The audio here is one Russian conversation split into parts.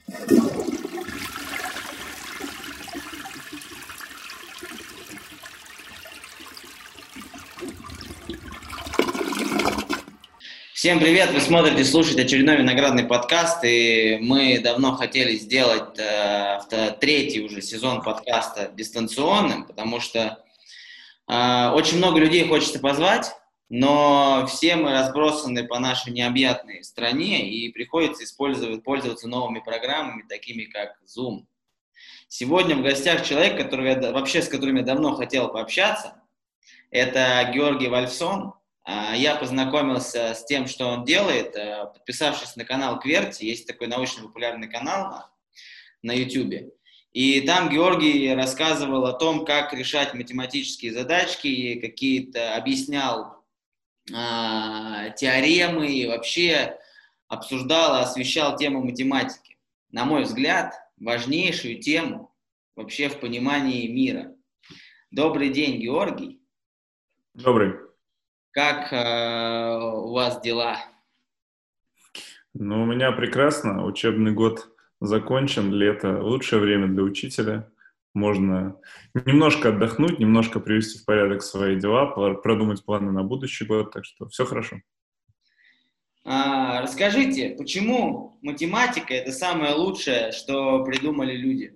Всем привет! Вы смотрите, слушаете очередной виноградный подкаст, и мы давно хотели сделать третий уже сезон подкаста дистанционным, потому что очень много людей хочется позвать, но все мы разбросаны по нашей необъятной стране, и приходится пользоваться новыми программами, такими как Zoom. Сегодня в гостях человек, с которым я давно хотел пообщаться, это Георгий Вольфсон. Я познакомился с тем, что он делает, подписавшись на канал Кверти. Есть такой научно-популярный канал на YouTube. И там Георгий рассказывал о том, как решать математические задачки, и какие-то объяснял теоремы и вообще освещал тему математики. На мой взгляд, важнейшую тему вообще в понимании мира. Добрый день, Георгий. Добрый. Как у вас дела? Ну, у меня прекрасно. Учебный год закончен, лето. Лучшее время для учителя. Можно немножко отдохнуть, немножко привести в порядок свои дела, продумать планы на будущий год. Так что все хорошо. Расскажите, почему математика – это самое лучшее, что придумали люди?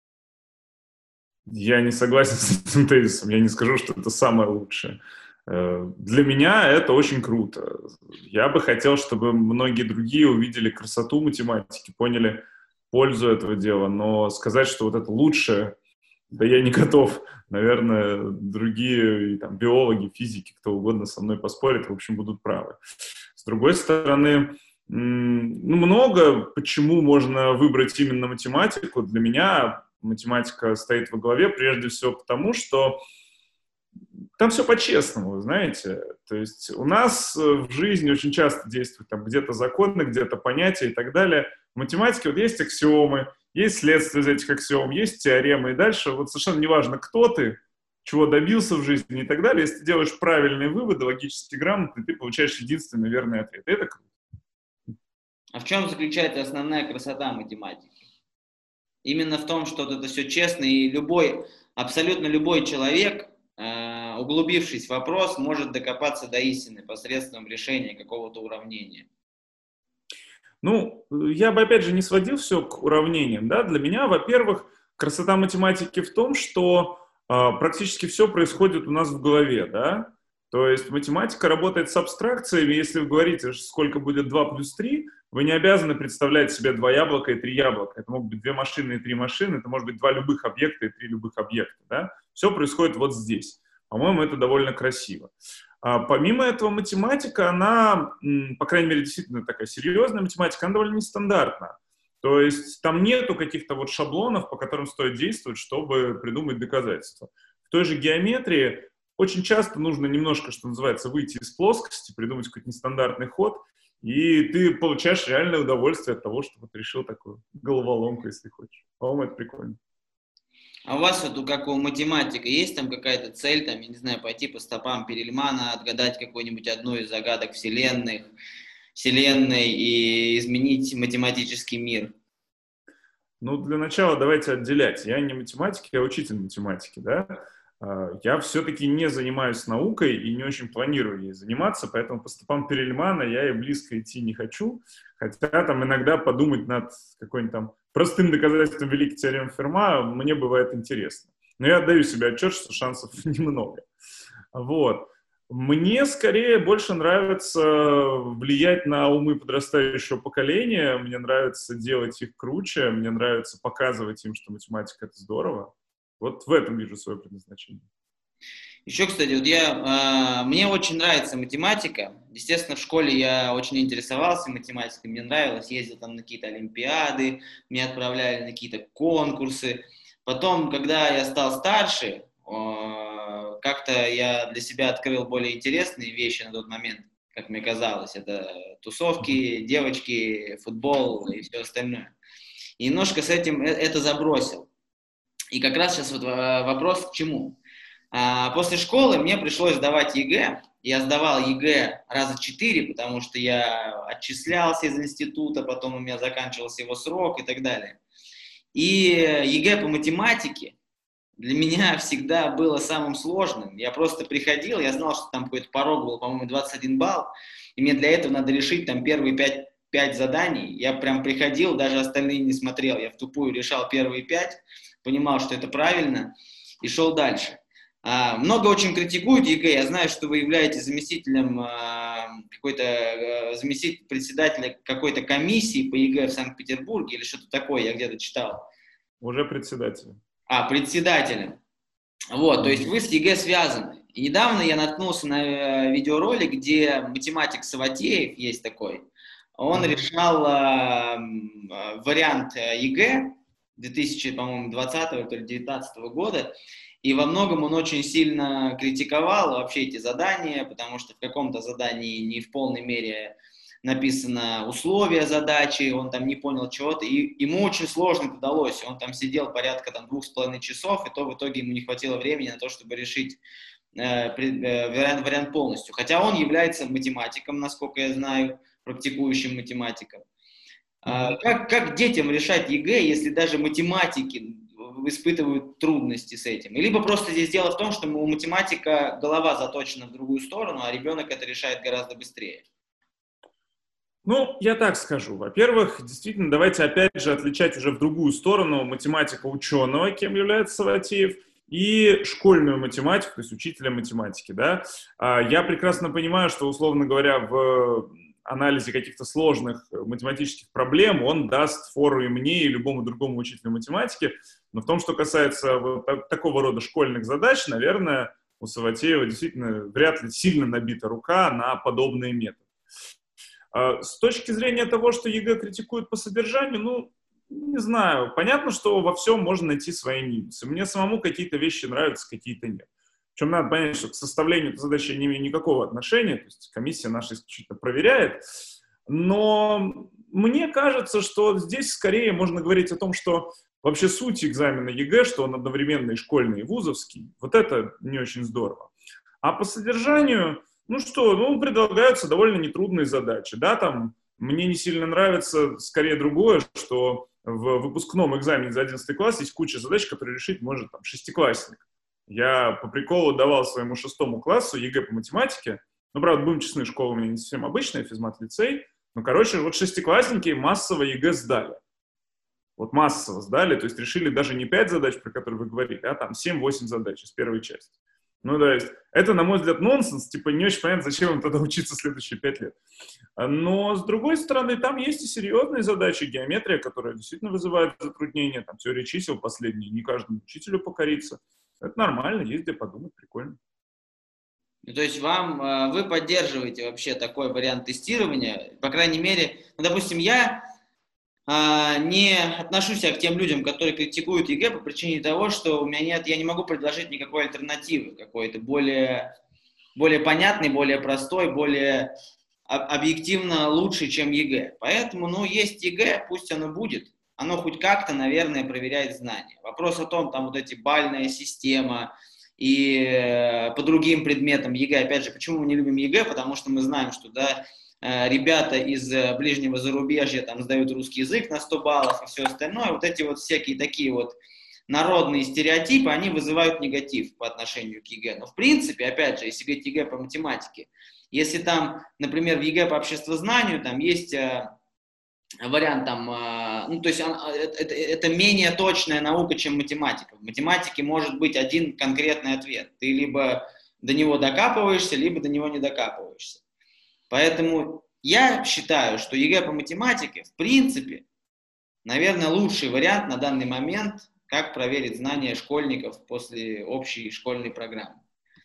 Я не согласен с этим тезисом. Я не скажу, что это самое лучшее. Для меня это очень круто. Я бы хотел, чтобы многие другие увидели красоту математики, поняли пользу этого дела, но сказать, что вот это лучшее, да я не готов. Наверное, другие там, биологи, физики, кто угодно со мной поспорит, в общем, будут правы. С другой стороны, много почему можно выбрать именно математику. Для меня математика стоит во главе прежде всего потому, что там все по-честному, знаете. То есть у нас в жизни очень часто действуют там где-то законы, где-то понятия и так далее. В математике вот есть аксиомы, есть следствие из этих аксиом, есть теоремы. И дальше вот совершенно неважно, кто ты, чего добился в жизни и так далее. Если ты делаешь правильные выводы, логически грамотные, ты получаешь единственный верный ответ. И это круто. А в чем заключается основная красота математики? Именно в том, что это все честно, и абсолютно любой человек, углубившись в вопрос, может докопаться до истины посредством решения какого-то уравнения. Ну, я бы, опять же, не сводил все к уравнениям, да. Для меня, во-первых, красота математики в том, что практически все происходит у нас в голове, да. То есть математика работает с абстракциями. Если вы говорите, сколько будет 2 плюс 3, вы не обязаны представлять себе 2 яблока и 3 яблока. Это могут быть 2 машины и 3 машины, это может быть 2 любых объекта и 3 любых объекта, да. Все происходит вот здесь. По-моему, это довольно красиво. Помимо этого, математика, она, по крайней мере, действительно такая серьезная математика, она довольно нестандартна. То есть там нету каких-то вот шаблонов, по которым стоит действовать, чтобы придумать доказательства. В той же геометрии очень часто нужно немножко, что называется, выйти из плоскости, придумать какой-то нестандартный ход, и ты получаешь реальное удовольствие от того, что вот решил такую головоломку, если хочешь. По-моему, это прикольно. А у вас вот, как у математика, есть там какая-то цель, там, я не знаю, пойти по стопам Перельмана, отгадать какую-нибудь одну из загадок Вселенной и изменить математический мир? Ну, для начала давайте отделять. Я не математик, я учитель математики, да. Я все-таки не занимаюсь наукой и не очень планирую ей заниматься, поэтому по стопам Перельмана я и близко идти не хочу, хотя там иногда подумать над какой-нибудь там простым доказательством великой теоремы Ферма мне бывает интересно. Но я отдаю себе отчет, что шансов немного. Вот. Мне скорее больше нравится влиять на умы подрастающего поколения, мне нравится делать их круче, мне нравится показывать им, что математика — это здорово. Вот в этом вижу свое предназначение. Еще, кстати, мне очень нравится математика. Естественно, в школе я очень интересовался математикой, мне нравилось, ездил там на какие-то олимпиады, меня отправляли на какие-то конкурсы. Потом, когда я стал старше, как-то я для себя открыл более интересные вещи на тот момент, как мне казалось. Это тусовки, девочки, футбол и все остальное. И немножко с этим это забросил. И как раз сейчас вот вопрос к чему. После школы мне пришлось сдавать ЕГЭ, я сдавал ЕГЭ раза 4, потому что я отчислялся из института, потом у меня заканчивался его срок и так далее. И ЕГЭ по математике для меня всегда было самым сложным. Я просто приходил, я знал, что там какой-то порог был, по-моему, 21 балл, и мне для этого надо решить там первые 5 заданий. Я прям приходил, даже остальные не смотрел, я в тупую решал первые 5, понимал, что это правильно, и шел дальше. Много очень критикуют ЕГЭ. Я знаю, что вы являетесь заместителем заместитель председателя какой-то комиссии по ЕГЭ в Санкт-Петербурге или что-то такое, я где-то читал. Уже председателем. Председателем. Вот, то есть вы с ЕГЭ связаны. И недавно я наткнулся на видеоролик, где математик Саватеев, есть такой, он решал вариант ЕГЭ 2020 или 2019 года, и во многом он очень сильно критиковал вообще эти задания, потому что в каком-то задании не в полной мере написано условия задачи, он там не понял чего-то, и ему очень сложно это удалось. Он там сидел порядка 2,5 часов, и то в итоге ему не хватило времени на то, чтобы решить вариант полностью. Хотя он является математиком, насколько я знаю, практикующим математиком. Как детям решать ЕГЭ, если даже математики испытывают трудности с этим? Либо просто здесь дело в том, что у математика голова заточена в другую сторону, а ребенок это решает гораздо быстрее. Ну, я так скажу. Во-первых, действительно, давайте опять же отличать уже в другую сторону математика ученого, кем является Саватеев, и школьную математику, то есть учителя математики, да. Я прекрасно понимаю, что, условно говоря, в анализе каких-то сложных математических проблем он даст фору и мне, и любому другому учителю математики, но в том, что касается вот такого рода школьных задач, наверное, у Саватеева действительно вряд ли сильно набита рука на подобные методы. С точки зрения того, что ЕГЭ критикуют по содержанию, ну, не знаю. Понятно, что во всем можно найти свои минусы. Мне самому какие-то вещи нравятся, какие-то нет. Причем надо понять, что к составлению этой задачи я не имею никакого отношения, то есть комиссия наша исключительно проверяет. Но мне кажется, что здесь скорее можно говорить о том, что вообще суть экзамена ЕГЭ, что он одновременно и школьный, и вузовский, вот это не очень здорово. А по содержанию... предлагаются довольно нетрудные задачи, да, там, мне не сильно нравится, скорее, другое, что в выпускном экзамене за 11 класс есть куча задач, которые решить может, там, шестиклассник. Я по приколу давал своему 6 классу ЕГЭ по математике, правда, будем честны, школа у меня не совсем обычная, физмат-лицей, вот шестиклассники массово ЕГЭ сдали. Вот массово сдали, то есть решили даже не 5 задач, про которые вы говорите, а там 7-8 задач из первой части. То есть, это, на мой взгляд, нонсенс, не очень понятно, зачем им тогда учиться следующие 5 лет. Но, с другой стороны, там есть и серьезные задачи, геометрия, которая действительно вызывает затруднения, там, теория чисел последние, не каждому учителю покориться. Это нормально, есть где подумать, прикольно. То есть вы поддерживаете вообще такой вариант тестирования, по крайней мере, допустим, я не отношусь к тем людям, которые критикуют ЕГЭ по причине того, что у меня нет, я не могу предложить никакой альтернативы, какой-то более понятный, более простой, более объективно лучше, чем ЕГЭ. Поэтому, есть ЕГЭ, пусть оно будет. Оно хоть как-то, наверное, проверяет знания. Вопрос о том, там вот эти бальная система и по другим предметам ЕГЭ. Опять же, почему мы не любим ЕГЭ? Потому что мы знаем, что, ребята из ближнего зарубежья там сдают русский язык на 100 баллов и все остальное. Вот эти вот всякие такие вот народные стереотипы, они вызывают негатив по отношению к ЕГЭ. Но в принципе, опять же, если говорить ЕГЭ по математике, если там, например, в ЕГЭ по обществознанию там есть вариант там, то есть это менее точная наука, чем математика. В математике может быть один конкретный ответ. Ты либо до него докапываешься, либо до него не докапываешься. Поэтому я считаю, что ЕГЭ по математике, в принципе, наверное, лучший вариант на данный момент, как проверить знания школьников после общей школьной программы.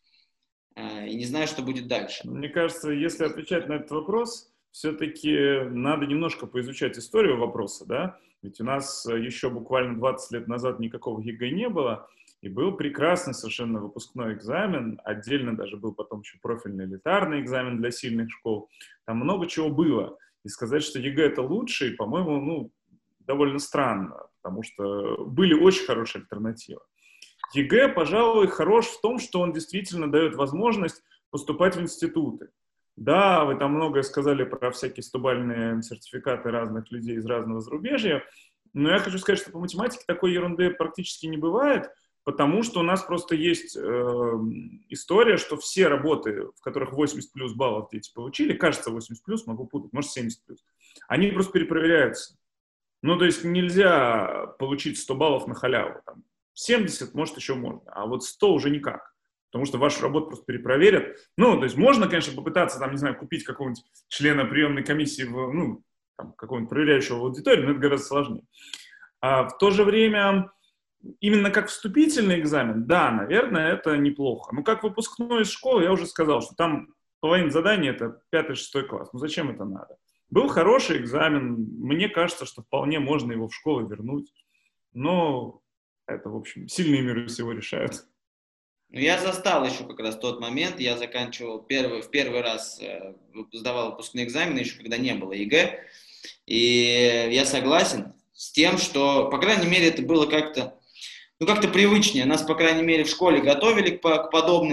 И не знаю, что будет дальше. Мне кажется, если отвечать на этот вопрос, все-таки надо немножко поизучать историю вопроса, да? Ведь у нас еще буквально 20 лет назад никакого ЕГЭ не было, и был прекрасный совершенно выпускной экзамен, отдельно даже был потом еще профильный элитарный экзамен для сильных школ. Там много чего было. И сказать, что ЕГЭ это лучший, по-моему, довольно странно, потому что были очень хорошие альтернативы. ЕГЭ, пожалуй, хорош в том, что он действительно дает возможность поступать в институты. Да, вы там многое сказали про всякие 100-бальные сертификаты разных людей из разного зарубежья, но я хочу сказать, что по математике такой ерунды практически не бывает, потому что у нас просто есть история, что все работы, в которых 80 плюс баллов дети получили, кажется 80 плюс, могу путать, может 70 плюс, они просто перепроверяются. Ну, то есть нельзя получить 100 баллов на халяву. Там, 70, может, еще можно, а вот 100 уже никак. Потому что вашу работу просто перепроверят. Ну, то есть можно, конечно, попытаться, там, не знаю, купить какого-нибудь члена приемной комиссии, ну, там, какого-нибудь проверяющего в аудитории, но это гораздо сложнее. А в то же время, именно как вступительный экзамен, да, наверное, это неплохо. Но как выпускной из школы, я уже сказал, что там половина заданий — это 5-6 класс. Ну, зачем это надо? Был хороший экзамен, мне кажется, что вполне можно его в школу вернуть. Но это, в общем, сильные миры всего решают. Я застал еще как раз тот момент, я заканчивал в первый раз сдавал выпускные экзамены, еще когда не было ЕГЭ, и я согласен с тем, что, по крайней мере, это было как-то, ну, как-то привычнее. Нас, по крайней мере, в школе готовили к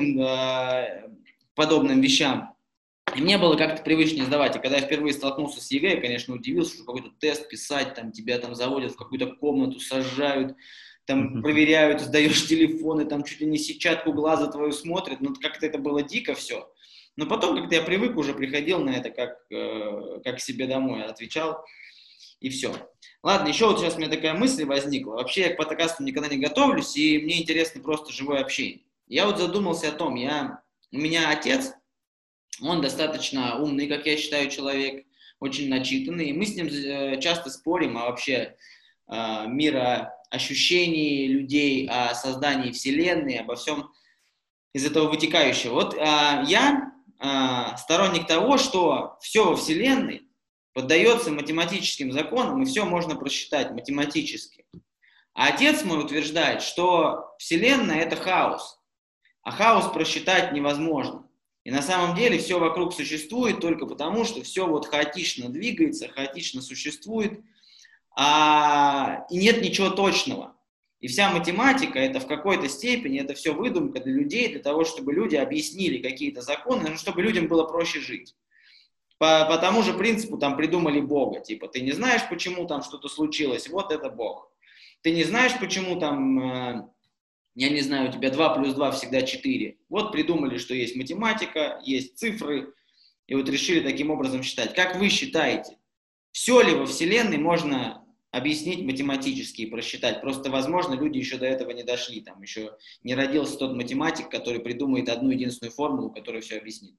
подобным вещам, и мне было как-то привычнее сдавать. И когда я впервые столкнулся с ЕГЭ, я, конечно, удивился, что какой-то тест писать, там, тебя там заводят в какую-то комнату, сажают, там проверяют, сдаешь телефон, и там чуть ли не сетчатку глаза твою смотрят, ну как-то это было дико все. Но потом как-то я привык, уже приходил на это как к себе домой, отвечал, и все. Ладно, еще вот сейчас у меня такая мысль возникла. Вообще я к подкасту никогда не готовлюсь, и мне интересно просто живое общение. Я вот задумался о том, у меня отец, он достаточно умный, как я считаю, человек, очень начитанный, и мы с ним часто спорим о вообще мироощущении людей, о создании Вселенной, обо всем из этого вытекающего. Вот я сторонник того, что все во Вселенной поддается математическим законам, и все можно просчитать математически. А отец мой утверждает, что Вселенная — это хаос, а хаос просчитать невозможно. И на самом деле все вокруг существует только потому, что все вот хаотично двигается, хаотично существует, и нет ничего точного. И вся математика — это в какой-то степени, это все выдумка для людей, для того, чтобы люди объяснили какие-то законы, чтобы людям было проще жить. По тому же принципу там придумали Бога. Типа, ты не знаешь, почему там что-то случилось, вот это Бог. Ты не знаешь, почему там, я не знаю, у тебя 2 плюс 2 всегда 4. Вот придумали, что есть математика, есть цифры, и вот решили таким образом считать. Как вы считаете, все ли во Вселенной можно объяснить математически и просчитать? Просто, возможно, люди еще до этого не дошли. Там еще не родился тот математик, который придумает одну единственную формулу, которая все объяснит.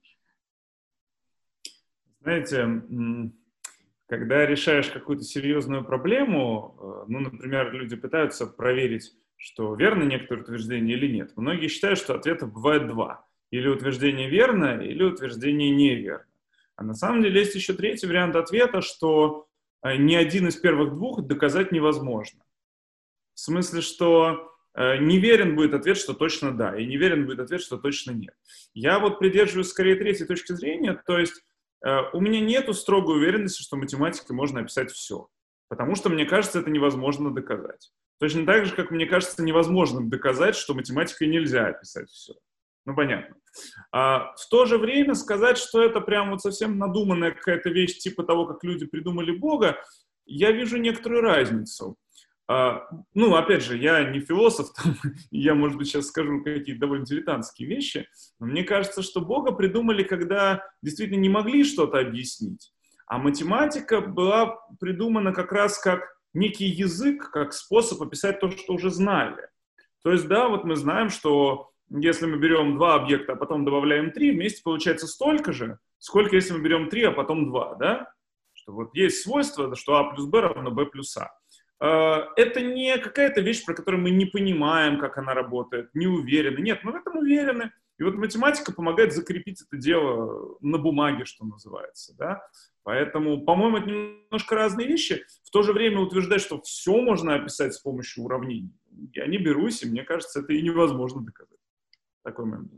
Знаете, когда решаешь какую-то серьезную проблему, ну, например, люди пытаются проверить, что верно некоторые утверждения или нет. Многие считают, что ответов бывает два. Или утверждение верно, или утверждение неверно. А на самом деле есть еще третий вариант ответа, что ни один из первых двух доказать невозможно. В смысле, что неверен будет ответ, что точно да, и неверен будет ответ, что точно нет. Я вот придерживаюсь скорее третьей точки зрения, то есть у меня нету строгой уверенности, что математикой можно описать все, потому что, мне кажется, это невозможно доказать. Точно так же, как мне кажется, невозможно доказать, что математикой нельзя описать все. Ну, понятно. В то же время сказать, что это прям вот совсем надуманная какая-то вещь, типа того, как люди придумали Бога, я вижу некоторую разницу. Ну, опять же, я не философ, я, может быть, сейчас скажу какие-то довольно дилетантские вещи, но мне кажется, что Бога придумали, когда действительно не могли что-то объяснить. А математика была придумана как раз как некий язык, как способ описать то, что уже знали. То есть, да, вот мы знаем, что если мы берем 2 объекта, а потом добавляем 3, вместе получается столько же, сколько если мы берем 3, а потом 2, да? Что вот есть свойство, что А плюс Б равно Б плюс А. Это не какая-то вещь, про которую мы не понимаем, как она работает, не уверены. Нет, мы в этом уверены. И вот математика помогает закрепить это дело на бумаге, что называется. Да? Поэтому, по-моему, это немножко разные вещи. В то же время утверждать, что все можно описать с помощью уравнений, я не берусь, и мне кажется, это и невозможно доказать. Такой момент.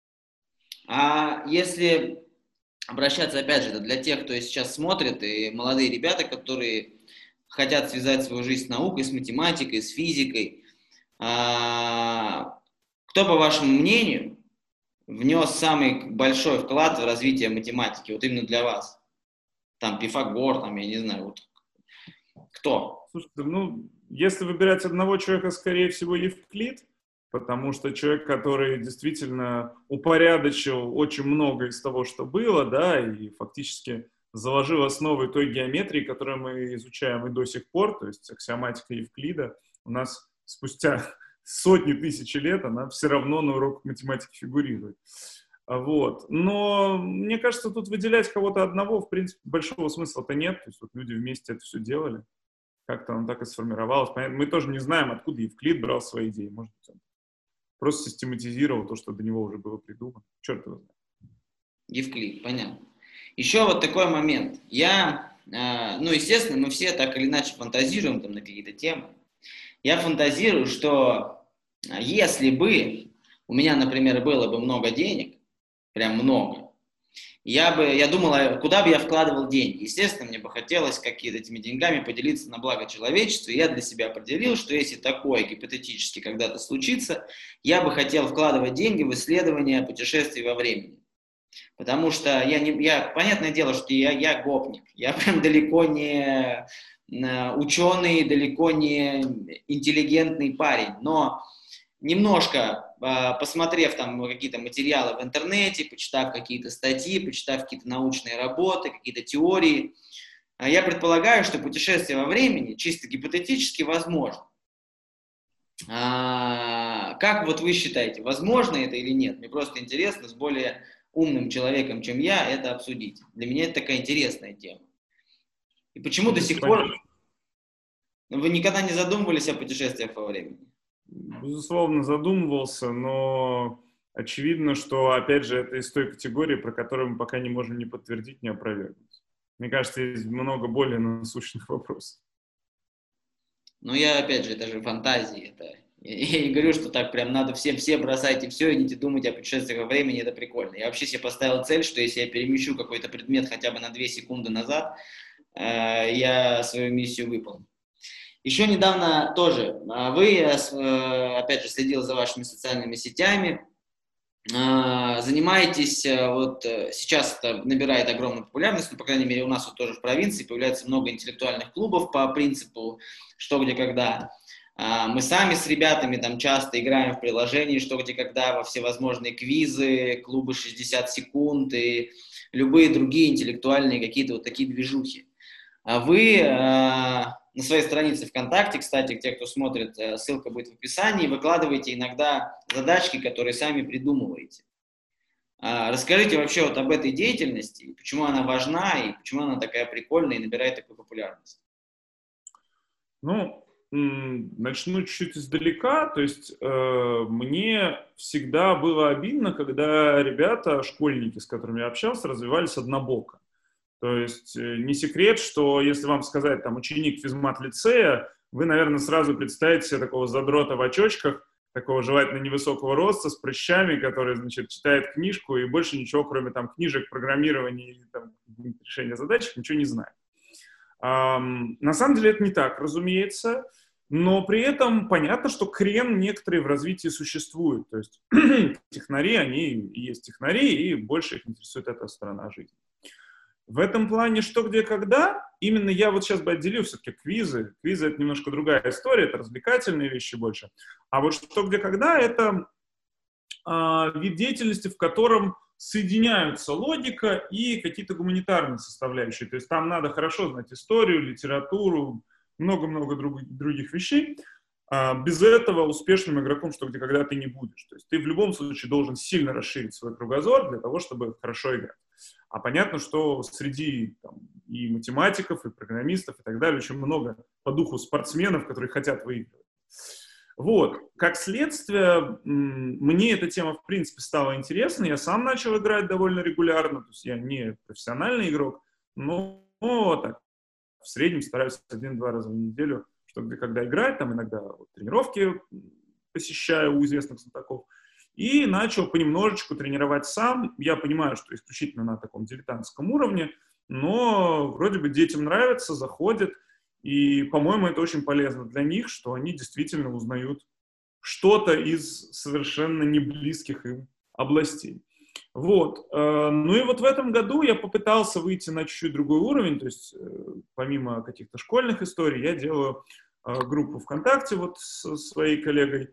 А если обращаться, опять же, для тех, кто сейчас смотрит, и молодые ребята, которые хотят связать свою жизнь с наукой, с математикой, с физикой, кто, по вашему мнению, внес самый большой вклад в развитие математики, вот именно для вас? Там Пифагор, там, я не знаю, вот кто? Слушайте, ну, если выбирать одного человека, скорее всего, Евклид, потому что человек, который действительно упорядочил очень много из того, что было, да, и фактически заложил основы той геометрии, которую мы изучаем и до сих пор, то есть аксиоматика Евклида, у нас спустя сотни тысяч лет она все равно на уроках математики фигурирует. Вот. Но мне кажется, тут выделять кого-то одного, в принципе, большого смысла-то нет. То есть вот люди вместе это все делали. Как-то оно так и сформировалось. Понятно, мы тоже не знаем, откуда Евклид брал свои идеи. Может быть, он просто систематизировал то, что до него уже было придумано. Черт его знает. Евклид, понятно. Еще вот такой момент. Ну, естественно, мы все так или иначе фантазируем там на какие-то темы. Я фантазирую, что если бы у меня, например, было бы много денег, прям много, я думал, куда бы я вкладывал деньги. Естественно, мне бы хотелось какими-то этими деньгами поделиться на благо человечества. И я для себя определил, что если такое гипотетически когда-то случится, я бы хотел вкладывать деньги в исследование путешествий во времени. Потому что понятное дело, что я гопник, я прям далеко не ученый, далеко не интеллигентный парень, но немножко посмотрев там какие-то материалы в интернете, почитав какие-то статьи, почитав какие-то научные работы, какие-то теории, я предполагаю, что путешествие во времени чисто гипотетически возможно. Как вот вы считаете, возможно это или нет? Мне просто интересно с более умным человеком, чем я, это обсудить. Для меня это такая интересная тема. И почему до сих пор вы никогда не задумывались о путешествиях во времени? Безусловно, задумывался, но очевидно, что, опять же, это из той категории, про которую мы пока не можем ни подтвердить, ни опровергнуть. Мне кажется, есть много более насущных вопросов. Ну, опять же, это же фантазии. Я не говорю, что так прям надо все бросайте все, идите думать о путешествиях во времени, это прикольно. Я вообще себе поставил цель, что если я перемещу какой-то предмет хотя бы на 2 секунды назад, я свою миссию выполню. Еще недавно тоже вы, опять же, следил за вашими социальными сетями, занимаетесь, вот сейчас это набирает огромную популярность, но, по крайней мере, у нас вот тоже в провинции появляется много интеллектуальных клубов по принципу «что, где, когда». Мы сами с ребятами там часто играем в приложении «что, где, когда», во всевозможные квизы, клубы 60 секунд и любые другие интеллектуальные какие-то вот такие движухи. А вы на своей странице ВКонтакте, кстати, те, кто смотрит, ссылка будет в описании, выкладываете иногда задачки, которые сами придумываете. Расскажите вообще вот об этой деятельности, почему она важна и почему она такая прикольная и набирает такую популярность. Ну, начну чуть-чуть издалека. То есть мне всегда было обидно, когда ребята, школьники, с которыми я общался, развивались однобоко. То есть не секрет, что если вам сказать, там, ученик физмат-лицея, вы, наверное, сразу представите себе такого задрота в очочках, такого желательно невысокого роста, с прыщами, который, значит, читает книжку и больше ничего, кроме там книжек, программирования или там решения задач, ничего не знает. На самом деле это не так, разумеется, но при этом понятно, что крен некоторые в развитии существует. То есть технари, они и есть технари, и больше их интересует эта сторона жизни. В этом плане «что, где, когда» именно я вот сейчас бы отделил все-таки квизы. Квизы — это немножко другая история, это развлекательные вещи больше. А вот «что, где, когда» — это вид деятельности, в котором соединяются логика и какие-то гуманитарные составляющие. То есть там надо хорошо знать историю, литературу, много-много других вещей. Без этого успешным игроком «что, где, когда» ты не будешь. То есть ты в любом случае должен сильно расширить свой кругозор для того, чтобы хорошо играть. А понятно, что среди там, и математиков, и программистов, и так далее, очень много по духу спортсменов, которые хотят выигрывать. Вот. Как следствие, мне эта тема, в принципе, стала интересна. Я сам начал играть довольно регулярно. То есть я не профессиональный игрок, но так, в среднем стараюсь 1-2 раза в неделю, чтобы когда играть, там иногда вот, тренировки посещаю у известных знатоков. И начал понемножечку тренировать сам. Я понимаю, что исключительно на таком дилетантском уровне, но вроде бы детям нравится, заходит. И, по-моему, это очень полезно для них, что они действительно узнают что-то из совершенно не близких им областей. Вот. Ну и вот в этом году я попытался выйти на чуть-чуть другой уровень, то есть помимо каких-то школьных историй я делаю группу ВКонтакте вот со своей коллегой.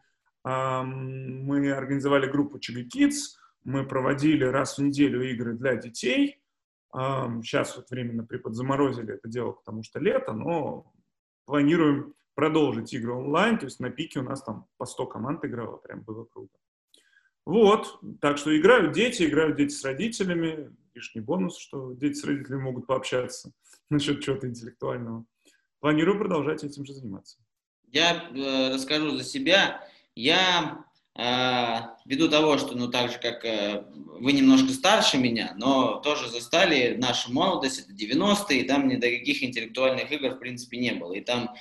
Мы организовали группу ЧГ Kids, мы проводили раз в неделю игры для детей. Сейчас вот временно приподзаморозили это дело, потому что лето, но планируем продолжить игры онлайн, то есть на пике у нас там по 100 команд играло, прям было круто. Вот, так что играют дети с родителями, лишний бонус, что дети с родителями могут пообщаться насчет чего-то интеллектуального. Планирую продолжать этим же заниматься. Я расскажу за себя. Я, ввиду того, что, ну, так же, как вы немножко старше меня, но тоже застали нашу молодость, это 90-е, и там ни до каких интеллектуальных игр, в принципе, не было. И там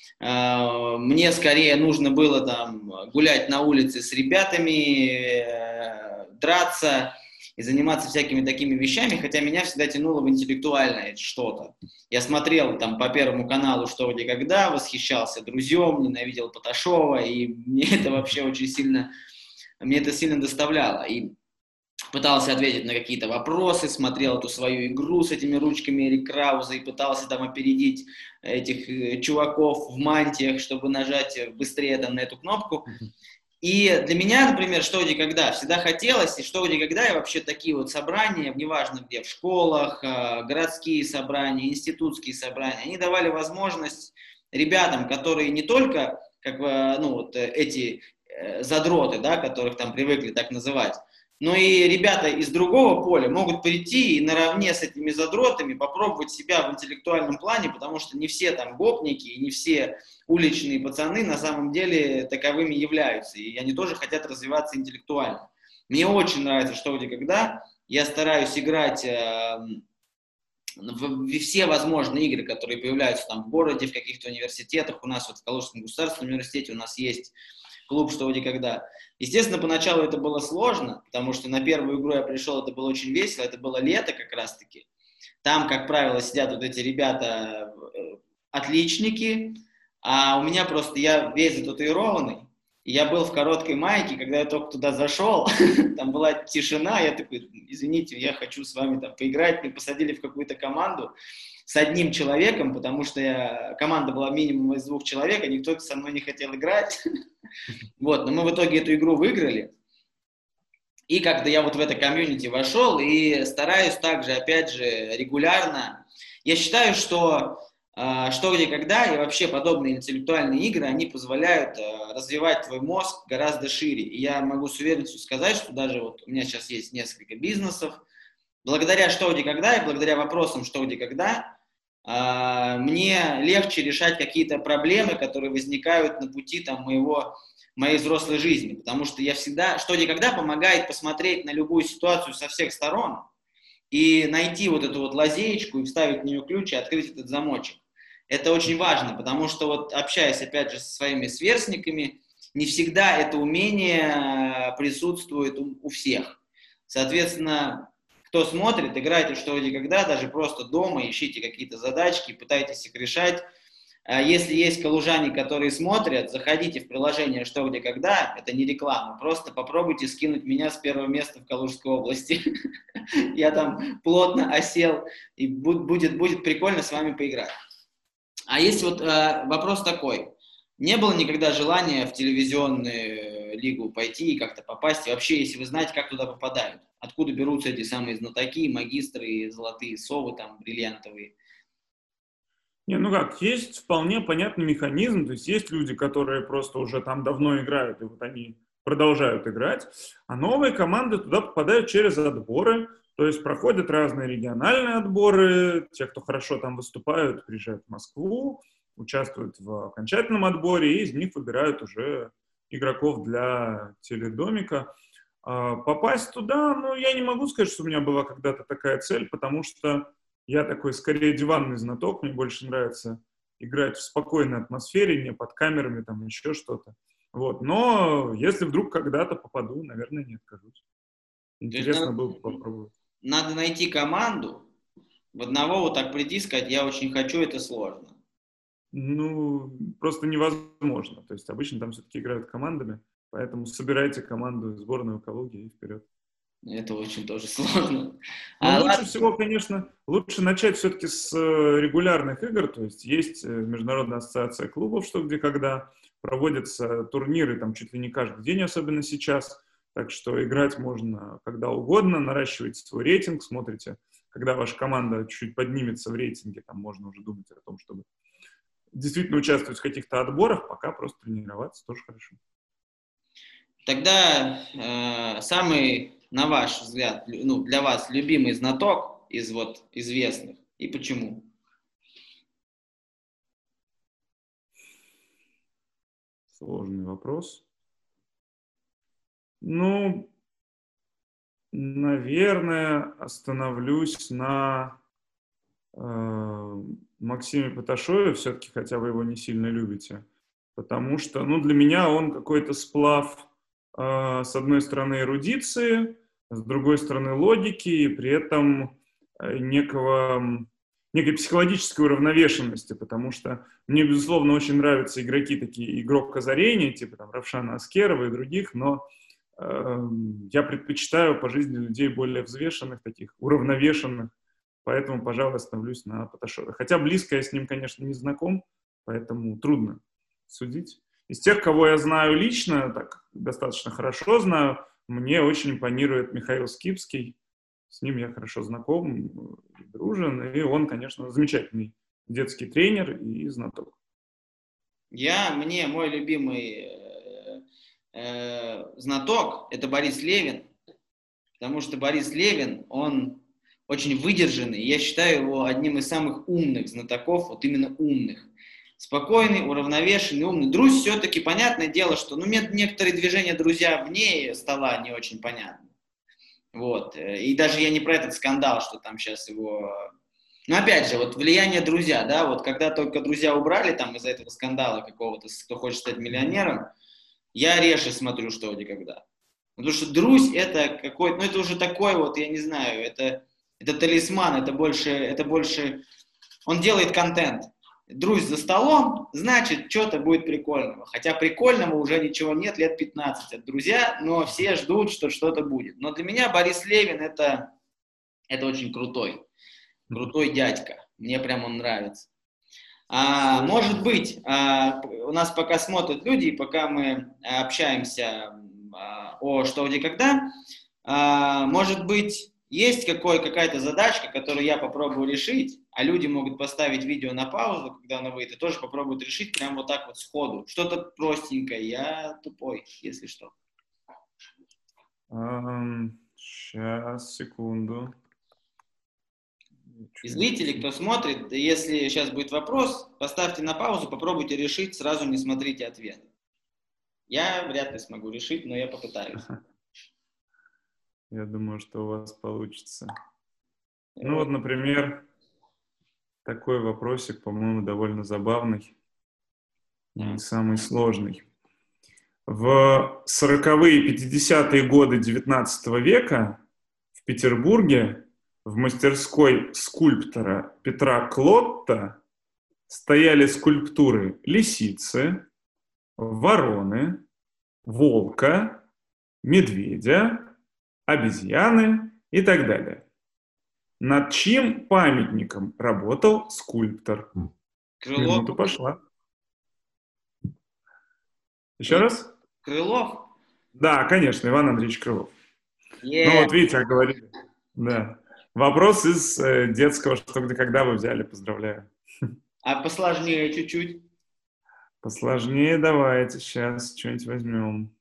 мне скорее нужно было там гулять на улице с ребятами, драться и заниматься всякими такими вещами, хотя меня всегда тянуло в интеллектуальное что-то. Я смотрел там по Первому каналу «Что, где, когда», восхищался «Друзьям», ненавидел Поташова, и мне это вообще очень сильно, мне это сильно доставляло. И пытался ответить на какие-то вопросы, смотрел эту свою игру с этими ручками Эрик Крауза и пытался там опередить этих чуваков в мантиях, чтобы нажать быстрее там на эту кнопку. И для меня, например, «Что, где, когда» всегда хотелось, и «Что, где, когда» и вообще такие вот собрания, неважно где, в школах, городские собрания, институтские собрания, они давали возможность ребятам, которые не только, как ну, вот эти задроты, да, которых там привыкли так называть, но и ребята из другого поля могут прийти и наравне с этими задротами попробовать себя в интеллектуальном плане, потому что не все там гопники и не все уличные пацаны на самом деле таковыми являются. И они тоже хотят развиваться интеллектуально. Мне очень нравится «Что, где, когда». Я стараюсь играть в все возможные игры, которые появляются там в городе, в каких-то университетах. У нас вот в Калужском государственном университете у нас есть клуб «Что, где, когда». Естественно, поначалу это было сложно, потому что на первую игру я пришел, это было очень весело, это было лето как раз-таки. Там, как правило, сидят вот эти ребята отличники, а у меня просто, я весь зататуированный, и я был в короткой майке, когда я только туда зашел, там была тишина, я такой: извините, я хочу с вами там поиграть, меня посадили в какую-то команду с одним человеком, потому что команда была минимум из 2 человек, а никто со мной не хотел играть. Вот, но мы в итоге эту игру выиграли. И как-то я вот в это комьюнити вошел и стараюсь также, опять же, регулярно. Я считаю, что «Что, где, когда» и вообще подобные интеллектуальные игры, они позволяют развивать твой мозг гораздо шире. И я могу с уверенностью сказать, что даже вот у меня сейчас есть несколько бизнесов. Благодаря «Что, где, когда» и благодаря вопросам «Что, где, когда» мне легче решать какие-то проблемы, которые возникают на пути там, моей взрослой жизни. Потому что я всегда, «Что, где, когда» помогает посмотреть на любую ситуацию со всех сторон и найти вот эту вот лазеечку и вставить в нее ключ и открыть этот замочек. Это очень важно, потому что вот общаясь, опять же, со своими сверстниками, не всегда это умение присутствует у всех. Соответственно, кто смотрит, играйте «Что, где, когда», даже просто дома, ищите какие-то задачки, пытайтесь их решать. Если есть калужане, которые смотрят, заходите в приложение «Что, где, когда», это не реклама, просто попробуйте скинуть меня с 1-го места в Калужской области. Я там плотно осел, и будет прикольно с вами поиграть. А есть вот вопрос такой. Не было никогда желания в телевизионную лигу пойти и как-то попасть? И вообще, если вы знаете, как туда попадают? Откуда берутся эти самые знатоки, магистры, золотые совы, там, бриллиантовые? Не, ну как, есть вполне понятный механизм, то есть есть люди, которые просто уже там давно играют, и вот они продолжают играть, а новые команды туда попадают через отборы, то есть проходят разные региональные отборы, те, кто хорошо там выступают, приезжают в Москву, участвуют в окончательном отборе, и из них выбирают уже игроков для теледомика. Попасть туда, ну, я не могу сказать, что у меня была когда-то такая цель, потому что я такой, скорее, диванный знаток, мне больше нравится играть в спокойной атмосфере, не под камерами, там, еще что-то. Вот. Но если вдруг когда-то попаду, наверное, не откажусь. Интересно было бы попробовать. Надо найти команду, в одного вот так прийти и сказать: я очень хочу, это сложно. Ну, просто невозможно. То есть обычно там все-таки играют командами. Поэтому собирайте команду сборную Калуги и вперед. Это очень тоже сложно. Но лучше всего, конечно, лучше начать все-таки с регулярных игр, то есть Международная ассоциация клубов «Что, где, когда», проводятся турниры там чуть ли не каждый день, особенно сейчас, так что играть можно когда угодно, наращивайте свой рейтинг, смотрите, когда ваша команда чуть поднимется в рейтинге, там можно уже думать о том, чтобы действительно участвовать в каких-то отборах, пока просто тренироваться тоже хорошо. Тогда самый, на ваш взгляд, ну, для вас любимый знаток из вот известных и почему? Сложный вопрос. Ну, наверное, остановлюсь на Максиме Паташове, все-таки, хотя вы его не сильно любите, потому что, ну, для меня он какой-то сплав, с одной стороны, эрудиции, с другой стороны, логики, и при этом некой психологической уравновешенности, потому что мне, безусловно, очень нравятся игроки такие, игрок озарения, типа там Равшана Аскерова и других, но я предпочитаю по жизни людей более взвешенных, таких уравновешенных, поэтому, пожалуй, остановлюсь на Паташове. Хотя близко я с ним, конечно, не знаком, поэтому трудно судить. Из тех, кого я знаю лично, так достаточно хорошо знаю, мне очень импонирует Михаил Скибский. С ним я хорошо знаком, и дружен, и он, конечно, замечательный детский тренер и знаток. Мой любимый знаток — это Борис Левин, потому что Борис Левин, он очень выдержанный, я считаю его одним из самых умных знатоков, вот именно умных. Спокойный, уравновешенный, умный. Друзь все-таки, понятное дело, что некоторые движения друзья вне стола не очень понятны. Вот. И даже я не про этот скандал, что там сейчас его... Но опять же, вот влияние друзья, да, вот когда только друзья убрали там из-за этого скандала какого-то, кто хочет стать миллионером, я реже смотрю «Что, где, когда». Потому что друзь это какой-то, ну это уже такой вот, я не знаю, это талисман, это больше, он делает контент. Друзь за столом, значит, что-то будет прикольного. Хотя прикольного уже ничего нет, лет 15 от друзья, но все ждут, что что-то будет. Но для меня Борис Левин это очень крутой дядька. Мне прям он нравится. Может быть, у нас пока смотрят люди, и пока мы общаемся о «Что, где, когда», может быть, есть какая-то задачка, которую я попробую решить, а люди могут поставить видео на паузу, когда оно выйдет, и тоже попробуют решить прямо вот так вот сходу. Что-то простенькое, я тупой, если что. Сейчас, секунду. И зрители, кто смотрит, если сейчас будет вопрос, поставьте на паузу, попробуйте решить, сразу не смотрите ответ. Я вряд ли смогу решить, но я попытаюсь. Я думаю, что у вас получится. Ну вот, например, такой вопросик, по-моему, довольно забавный и не самый сложный. В 40-е и 50-е годы 19 века в Петербурге в мастерской скульптора Петра Клотта стояли скульптуры лисицы, вороны, волка, медведя, обезьяны и так далее. Над чьим памятником работал скульптор? Крылов. Минута пошла. Еще раз? Крылов? Да, конечно, Иван Андреевич Крылов. Yeah. Ну вот видите, как говорили. Да. Вопрос из детского «Что, где, когда» вы взяли, поздравляю. А посложнее чуть-чуть? Посложнее давайте, сейчас что-нибудь возьмем.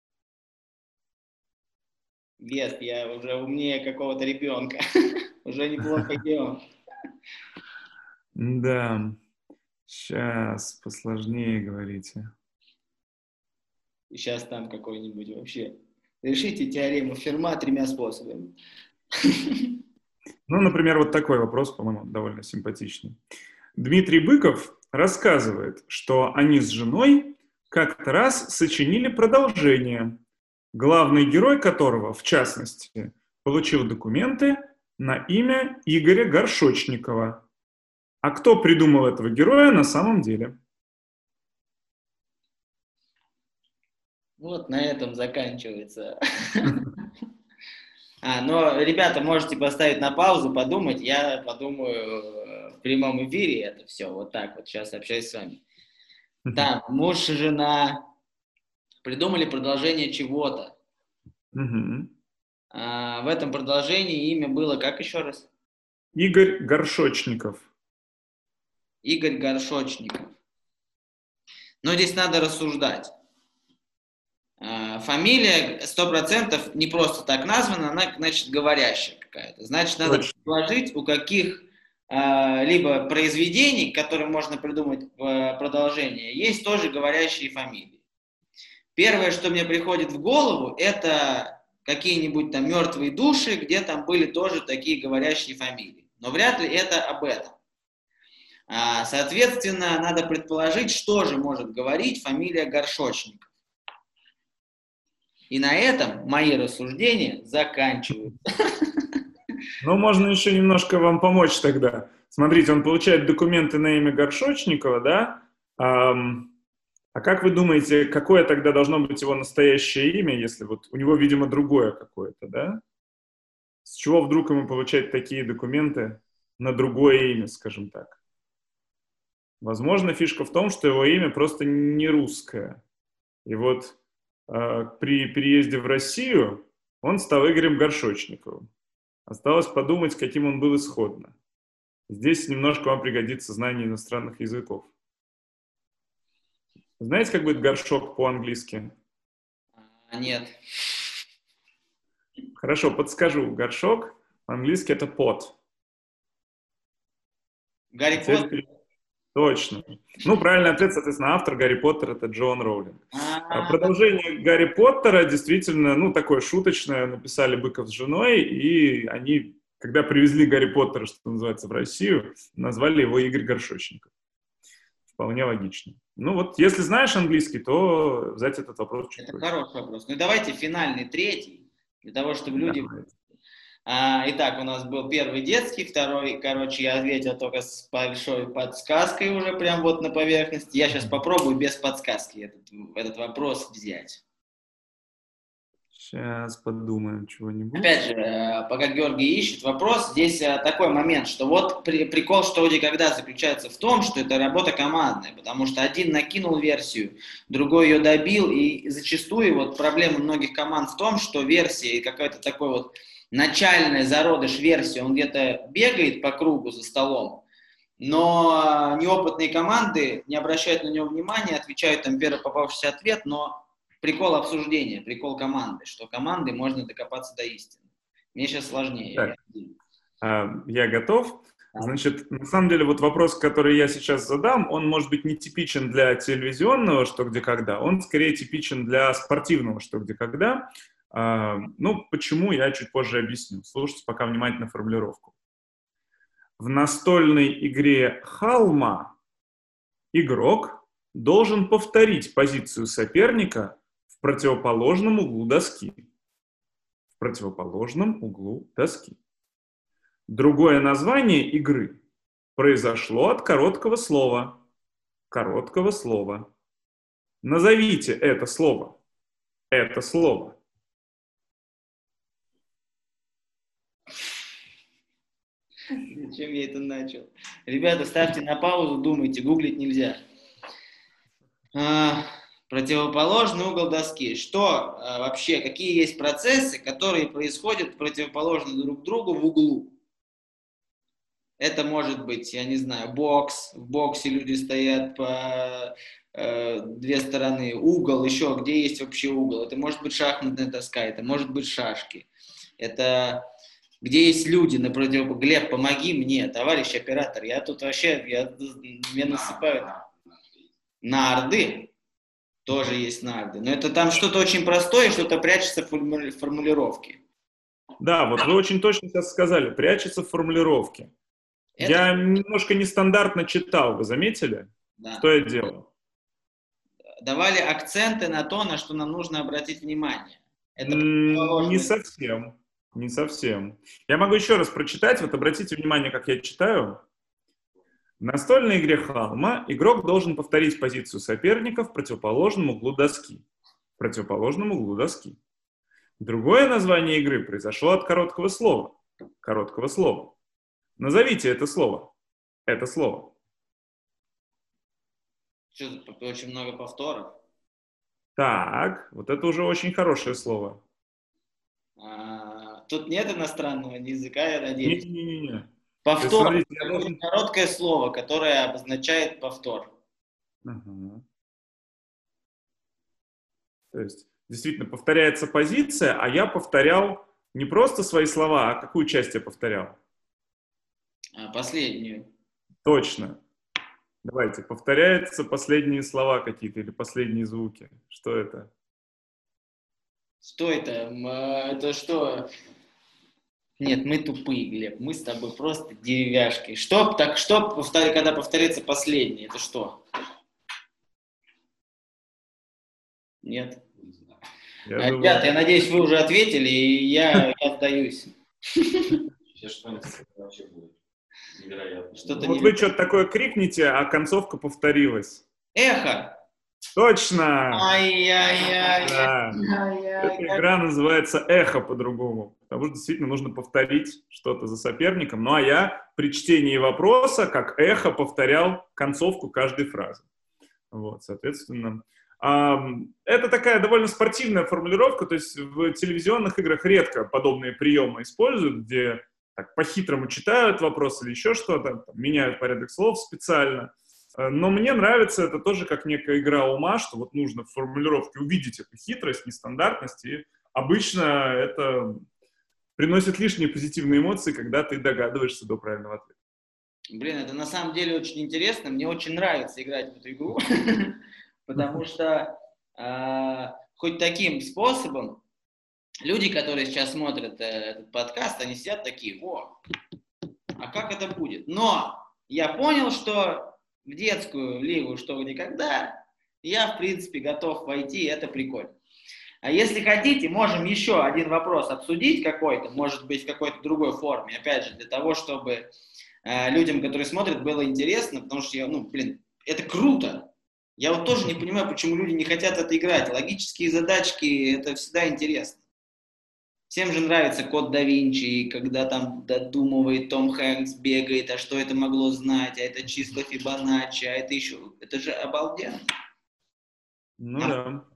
Нет, я уже умнее какого-то ребенка. Уже неплохо идем. Да. Сейчас посложнее говорите. И сейчас там какой-нибудь вообще. Решите теорему Ферма 3 способами. Ну, например, вот такой вопрос, по-моему, довольно симпатичный. Дмитрий Быков рассказывает, что они с женой как-то раз сочинили продолжение, главный герой которого, в частности, получил документы на имя Игоря Горшочникова. А кто придумал этого героя на самом деле? Вот на этом заканчивается. Но, ребята, можете поставить на паузу, подумать. Я подумаю в прямом эфире это все. Вот так вот сейчас общаюсь с вами. Так, муж и жена придумали продолжение чего-то. В этом продолжении имя было как еще раз? Игорь Горшочников. Игорь Горшочников. Но здесь надо рассуждать. Фамилия 100% не просто так названа, она, значит, говорящая какая-то. Значит, надо предположить, у каких либо произведений, к которым можно придумать продолжение, есть тоже говорящие фамилии. Первое, что мне приходит в голову, это какие-нибудь там мертвые души, где там были тоже такие говорящие фамилии. Но вряд ли это об этом. Соответственно, надо предположить, что же может говорить фамилия Горшочников. И на этом мои рассуждения заканчиваются. Ну, можно еще немножко вам помочь тогда. Смотрите, он получает документы на имя Горшочникова, да? А как вы думаете, какое тогда должно быть его настоящее имя, если вот у него, видимо, другое какое-то, да? С чего вдруг ему получать такие документы на другое имя, скажем так? Возможно, фишка в том, что его имя просто не русское. И вот при переезде в Россию он стал Игорем Горшочниковым. Осталось подумать, каким он был исходно. Здесь немножко вам пригодится знание иностранных языков. Знаете, как будет горшок по-английски? Нет. Хорошо, подскажу. Горшок по-английски это pot. Гарри Поттер? Точно. Ну, правильный ответ, соответственно, автор Гарри Поттера это Джоан Роулинг. Продолжение Гарри Поттера действительно, ну, такое шуточное, написали Быков с женой, и они, когда привезли Гарри Поттера, что называется, в Россию, назвали его Игорь Горшочников. Вполне логично. Ну вот, если знаешь английский, то взять этот вопрос чуть Это хороший вопрос. Ну давайте финальный, третий, для того, чтобы люди... Давайте. Итак, у нас был первый детский, второй, короче, я ответил только с большой подсказкой уже прям вот на поверхности. Я сейчас попробую без подсказки этот вопрос взять. Сейчас подумаем чего-нибудь. Опять же, пока Георгий ищет вопрос, здесь такой момент, что вот прикол «Что, где, когда» заключается в том, что это работа командная, потому что один накинул версию, другой ее добил, и зачастую вот проблема многих команд в том, что версия и какой-то такой вот начальный зародыш версии, он где-то бегает по кругу за столом, но неопытные команды не обращают на него внимания, отвечают там первый попавшийся ответ, но прикол обсуждения, прикол команды, что команды можно докопаться до истины. Мне сейчас сложнее. Я готов. Значит, на самом деле, вот вопрос, который я сейчас задам, он может быть не типичен для телевизионного «Что, где, когда», он скорее типичен для спортивного «Что, где, когда». Ну, почему, я чуть позже объясню. Слушайте пока внимательно формулировку. В настольной игре «Халма» игрок должен повторить позицию соперника в противоположном углу доски. В противоположном углу доски. Другое название игры произошло от короткого слова. Короткого слова. Назовите это слово. Это слово. Зачем я это начал? Ребята, ставьте на паузу, думайте, гуглить нельзя. Противоположный угол доски. Что вообще, какие есть процессы, которые происходят противоположно друг другу в углу? Это может быть, я не знаю, бокс. В боксе люди стоят по две стороны. Угол, еще где есть вообще угол. Это может быть шахматная доска, это может быть шашки. Это где есть люди напротив. Глеб, помоги мне, товарищ оператор. Я тут вообще, меня насыпают. Нарды. Тоже есть нарды. Но это там что-то очень простое, что-то прячется в формулировке. Да, вот вы очень точно сейчас сказали. Прячется в формулировке. Я немножко нестандартно читал, вы заметили? Да. Что я делал? Давали акценты на то, на что нам нужно обратить внимание. Это не совсем. Не совсем. Я могу еще раз прочитать. Вот обратите внимание, как я читаю. В настольной игре «Халма» игрок должен повторить позицию соперника в противоположном углу доски. в противоположном углу доски. Другое название игры произошло от короткого слова. Короткого слова. Назовите это слово. Это слово. Что-то очень много повторов. Так, вот это уже очень хорошее слово. Тут нет иностранного языка, я надеюсь. Не-не-не. Повтор. Смотрите, я должен... Короткое слово, которое обозначает повтор. Ага. То есть, действительно, повторяется позиция, а я повторял не просто свои слова, а какую часть я повторял? Последнюю. Точно. Давайте, повторяются последние слова какие-то или последние звуки. Что это? Что это? Это что? Нет, мы тупые, Глеб. Мы с тобой просто деревяшки. Что, когда повторяется последнее? Это что? Нет. Ребята, я надеюсь, вы уже ответили, и я сдаюсь. Сейчас что-нибудь вообще будет невероятно. Вот вы что-то такое крикните, а концовка повторилась. Эхо! Точно! Ай-яй-яй! Да. Эта игра называется «Эхо» по-другому, потому что действительно нужно повторить что-то за соперником. Ну а я при чтении вопроса, как эхо, повторял концовку каждой фразы. Вот, соответственно... Это такая довольно спортивная формулировка, то есть в телевизионных играх редко подобные приемы используют, где так по-хитрому читают вопрос или еще что-то, там, меняют порядок слов специально. Но мне нравится это тоже как некая игра ума, что вот нужно в формулировке увидеть эту хитрость, нестандартность, и обычно это приносит лишние позитивные эмоции, когда ты догадываешься до правильного ответа. Блин, это на самом деле очень интересно, мне очень нравится играть в эту игру, потому что хоть таким способом люди, которые сейчас смотрят этот подкаст, они сидят такие: о, а как это будет? Но я понял, что в детскую лигу «Что, где, когда» я, в принципе, готов войти, и это прикольно. А если хотите, можем еще один вопрос обсудить какой-то, может быть, в какой-то другой форме, опять же, для того, чтобы людям, которые смотрят, было интересно, потому что это круто. Я вот тоже не понимаю, почему люди не хотят это играть. Логические задачки — это всегда интересно. Всем же нравится Код да Винчи, когда там додумывает Том Хэнкс, бегает, а что это могло знать, а это числа Фибоначчи, а это еще... Это же обалденно. Ну да.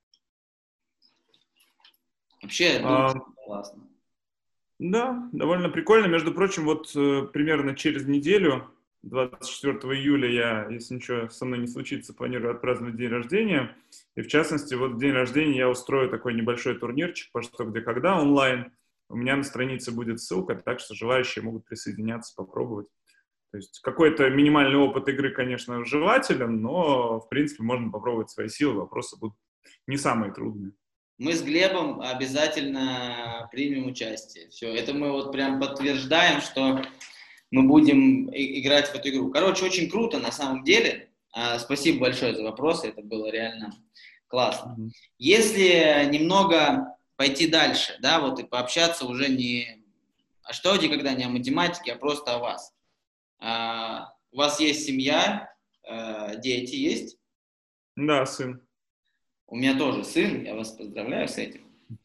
Вообще, думаю, классно. Да, довольно прикольно. Между прочим, вот примерно через неделю, 24 июля, я, если ничего со мной не случится, планирую отпраздновать день рождения. И в частности, вот в день рождения я устрою такой небольшой турнирчик по «Что, где, когда» онлайн. У меня на странице будет ссылка, так что желающие могут присоединяться, попробовать. То есть какой-то минимальный опыт игры, конечно, желателен, но, в принципе, можно попробовать свои силы. Вопросы будут не самые трудные. Мы с Глебом обязательно примем участие. Все, это мы вот прям подтверждаем, что мы будем играть в эту игру. Короче, очень круто на самом деле. Спасибо большое за вопросы, это было реально классно. Если немного пойти дальше, да, вот и пообщаться уже не о «Что, где, когда», не о математике, а просто о вас. У вас есть семья, дети есть? Да, сын. У меня тоже сын, я вас поздравляю с этим.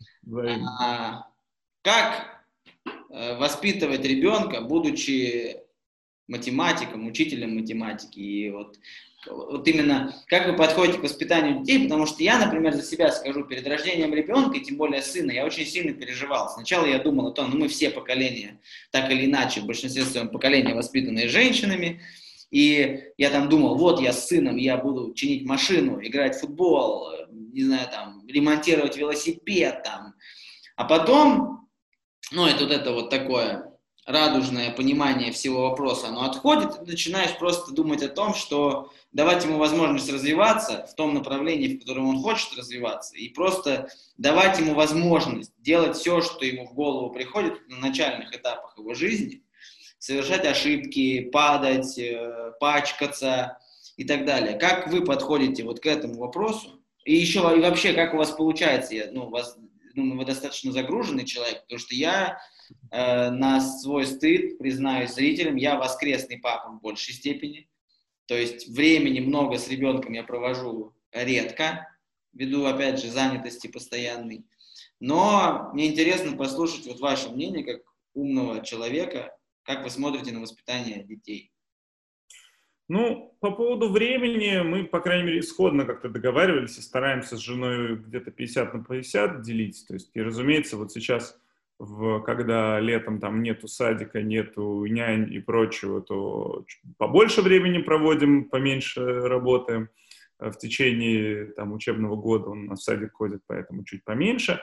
Как воспитывать ребенка, будучи математиком, учителем математики? И вот именно как вы подходите к воспитанию детей? Потому что я, например, за себя скажу, перед рождением ребенка, и тем более сына, я очень сильно переживал. Сначала я думал о том, мы все поколения, так или иначе, в большинстве своем поколения воспитанные женщинами, и я там думал, вот я с сыном, я буду чинить машину, играть в футбол, не знаю, там, ремонтировать велосипед, там. А потом, это вот такое радужное понимание всего вопроса, оно отходит, и ты начинаешь просто думать о том, что давать ему возможность развиваться в том направлении, в котором он хочет развиваться, и просто давать ему возможность делать все, что ему в голову приходит на начальных этапах его жизни, совершать ошибки, падать, пачкаться и так далее. Как вы подходите вот к этому вопросу? И вообще, как у вас получается? Вы достаточно загруженный человек, потому что я на свой стыд, признаюсь зрителям, я воскресный папа в большей степени. То есть времени много с ребенком я провожу редко. ввиду, опять же, занятости постоянной. Но мне интересно послушать вот ваше мнение, как умного человека, как вы смотрите на воспитание детей. Ну, по поводу времени мы, по крайней мере, исходно как-то договаривались и стараемся с женой где-то 50 на 50 делить. То есть, и, разумеется, вот сейчас, когда летом там нету садика, нету нянь и прочего, то побольше времени проводим, поменьше работаем. В течение там учебного года он на садик ходит, поэтому чуть поменьше.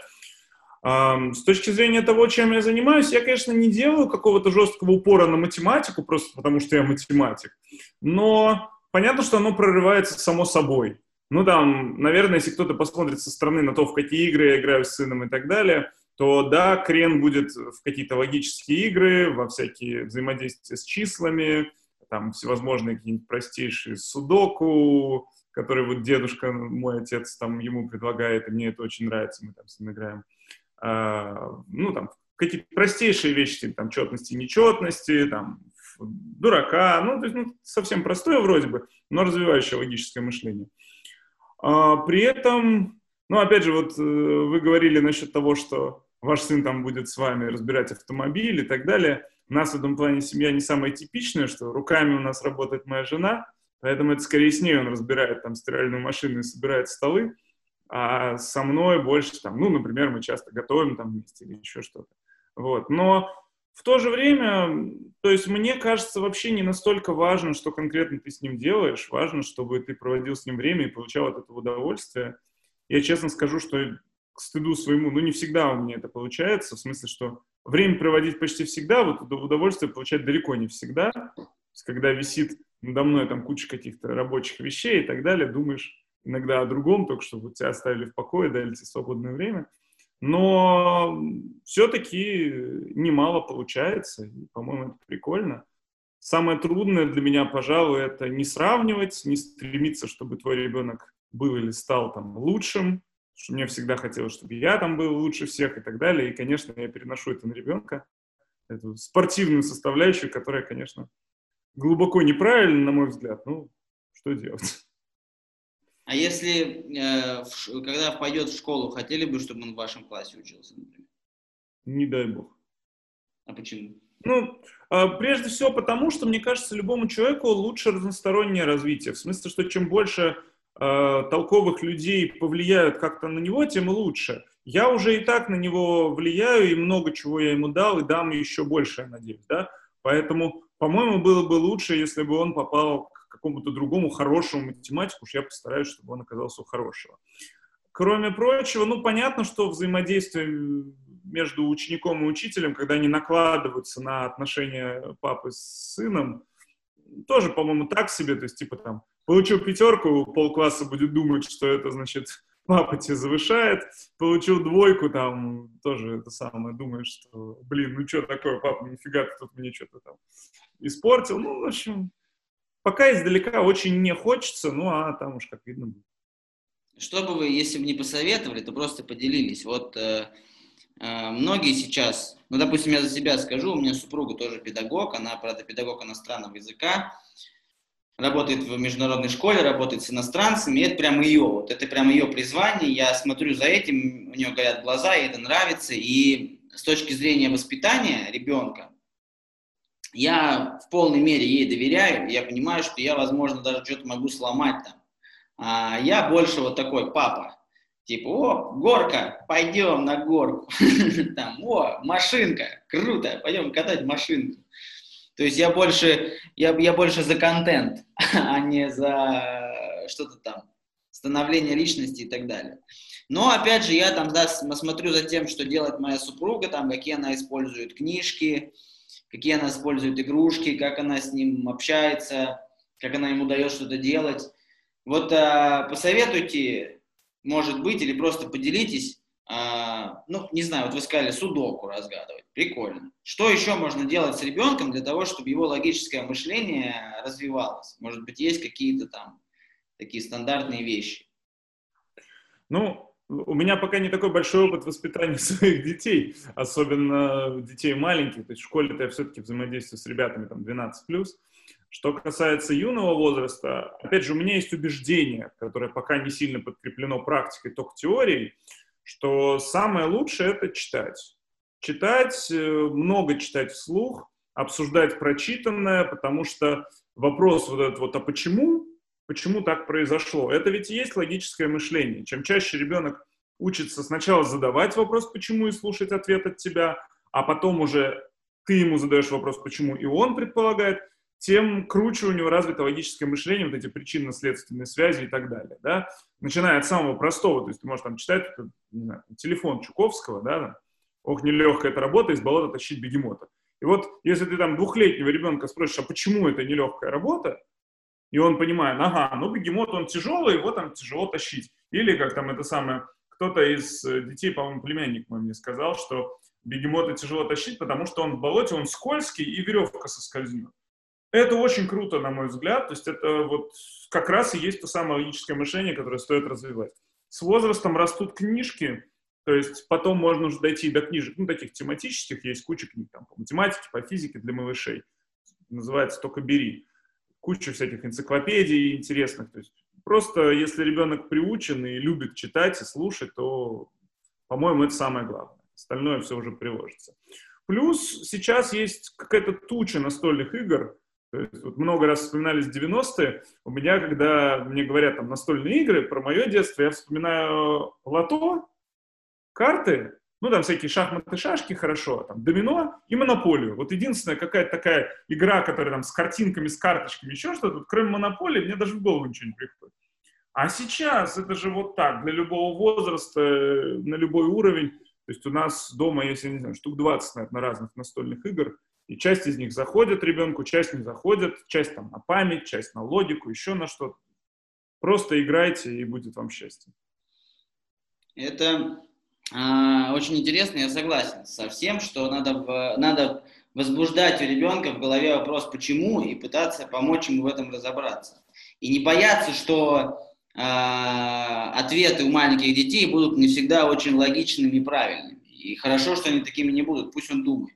С точки зрения того, чем я занимаюсь, я, конечно, не делаю какого-то жесткого упора на математику, просто потому что я математик, но понятно, что оно прорывается само собой. Ну, там, наверное, если кто-то посмотрит со стороны на то, в какие игры я играю с сыном и так далее, то, да, крен будет в какие-то логические игры, во всякие взаимодействия с числами, там, всевозможные какие-нибудь простейшие судоку, которые вот дедушка, мой отец, там, ему предлагает, и мне это очень нравится, мы там с ним играем. Ну, там, какие-то простейшие вещи, там, четности, нечетности, там, дурака, ну, то есть, ну, совсем простое вроде бы, но развивающее логическое мышление. При этом, ну, опять же, вот вы говорили насчет того, что ваш сын там будет с вами разбирать автомобиль и так далее. У нас в этом плане семья не самая типичная, что руками у нас работает моя жена, поэтому это скорее с ней он разбирает там стиральную машину и собирает столы. А со мной больше, там, ну, например, мы часто готовим там вместе или еще что-то. Вот. Но в то же время, то есть мне кажется, вообще не настолько важно, что конкретно ты с ним делаешь. Важно, чтобы ты проводил с ним время и получал от этого удовольствие. Я честно скажу, что к стыду своему, ну, не всегда у меня это получается. В смысле, что время проводить почти всегда, вот удовольствие получать далеко не всегда. То есть, когда висит надо мной там куча каких-то рабочих вещей и так далее, думаешь иногда о другом, только чтобы тебя оставили в покое, дали тебе свободное время. Но все-таки немало получается, и, по-моему, это прикольно. Самое трудное для меня, пожалуй, это не сравнивать, не стремиться, чтобы твой ребенок был или стал там лучшим, что мне всегда хотелось, чтобы я там был лучше всех и так далее. И, конечно, я переношу это на ребенка, эту спортивную составляющую, которая, конечно, глубоко неправильна, на мой взгляд. Ну, что делать? А если, когда пойдет в школу, хотели бы, чтобы он в вашем классе учился, например? Не дай бог. А почему? Ну, прежде всего потому, что, мне кажется, любому человеку лучше разностороннее развитие. В смысле, что чем больше толковых людей повлияют как-то на него, тем лучше. Я уже и так на него влияю, и много чего я ему дал, и дам еще больше, я надеюсь, да? Поэтому, по-моему, было бы лучше, если бы он попал к какому-то другому хорошему математику, уж я постараюсь, чтобы он оказался у хорошего. Кроме прочего, ну, понятно, что взаимодействие между учеником и учителем, когда они накладываются на отношения папы с сыном, тоже, по-моему, так себе, то есть, типа, там, получил 5, полкласса будет думать, что это, значит, папа тебя завышает, получил 2, там, тоже это самое, думаешь, что, блин, ну, что такое, папа, нифига ты тут мне что-то там испортил, ну, в общем, пока издалека очень не хочется, ну, а там уж как видно будет. Что бы вы, если бы не посоветовали, то просто поделились. Вот многие сейчас, ну, допустим, я за себя скажу, у меня супруга тоже педагог, она, правда, педагог иностранного языка, работает в международной школе, работает с иностранцами, и это прям ее призвание, я смотрю за этим, у нее горят глаза, ей это нравится, и с точки зрения воспитания ребенка, я в полной мере ей доверяю, я понимаю, что я, возможно, даже что-то могу сломать там. А я больше вот такой папа. Типа, о, горка, пойдем на горку. Там, о, машинка, круто, пойдем катать машинку. То есть я больше за контент, а не за что-то там, становление личности и так далее. Но, опять же, я там, да, смотрю за тем, что делает моя супруга, там, какие она использует книжки, какие она использует игрушки, как она с ним общается, как она ему дает что-то делать. Вот посоветуйте, может быть, или просто поделитесь, ну, не знаю, вот вы сказали, судоку разгадывать, прикольно. Что еще можно делать с ребенком для того, чтобы его логическое мышление развивалось? Может быть, есть какие-то там такие стандартные вещи? Ну, у меня пока не такой большой опыт воспитания своих детей, особенно детей маленьких. То есть в школе-то я все-таки взаимодействую с ребятами там 12+. Что касается юного возраста, опять же, у меня есть убеждение, которое пока не сильно подкреплено практикой, только теорией, что самое лучшее — это читать. Читать, много читать вслух, обсуждать прочитанное, потому что вопрос вот этот вот, а почему так произошло? Это ведь и есть логическое мышление. Чем чаще ребенок учится сначала задавать вопрос «почему» и слушать ответ от тебя, а потом уже ты ему задаешь вопрос «почему» и он предполагает, тем круче у него развито логическое мышление, вот эти причинно-следственные связи и так далее, да, начиная от самого простого, то есть ты можешь там читать, не знаю, телефон Чуковского, да, ох, нелегкая эта работа, из болота тащить бегемота. И вот если ты там 2-летнего ребенка спросишь, а почему это нелегкая работа, и он понимает, ага, ну бегемот, он тяжелый, его там тяжело тащить. Или как там это самое, кто-то из детей, по-моему, племянник мой мне сказал, что бегемота тяжело тащить, потому что он в болоте, он скользкий, и веревка соскользнет. Это очень круто, на мой взгляд. То есть это вот как раз и есть то самое логическое мышление, которое стоит развивать. С возрастом растут книжки, то есть потом можно уже дойти до книжек, ну, таких тематических, есть куча книг там, по математике, по физике для малышей. Называется «Только бери». Куча всяких энциклопедий интересных. То есть просто если ребенок приучен и любит читать и слушать, то, по-моему, это самое главное. Остальное все уже приложится. Плюс сейчас есть какая-то туча настольных игр. То есть, вот много раз вспоминались 90-е. У меня, когда мне говорят там настольные игры, про мое детство, я вспоминаю лото, карты, ну там всякие шахматы, шашки, хорошо, там домино и монополию. Вот единственная какая-то такая игра, которая там с картинками, с карточками, еще что-то, вот, кроме монополии, мне даже в голову ничего не приходит. А сейчас это же вот так, для любого возраста, на любой уровень. То есть у нас дома есть, я не знаю, штук 20, наверное, разных настольных игр, и часть из них заходит ребенку, часть не заходит, часть там на память, часть на логику, еще на что-то. Просто играйте, и будет вам счастье. Это очень интересно, я согласен со всем, что надо возбуждать у ребенка в голове вопрос «почему?» и пытаться помочь ему в этом разобраться. И не бояться, что ответы у маленьких детей будут не всегда очень логичными и правильными. И хорошо, что они такими не будут, пусть он думает.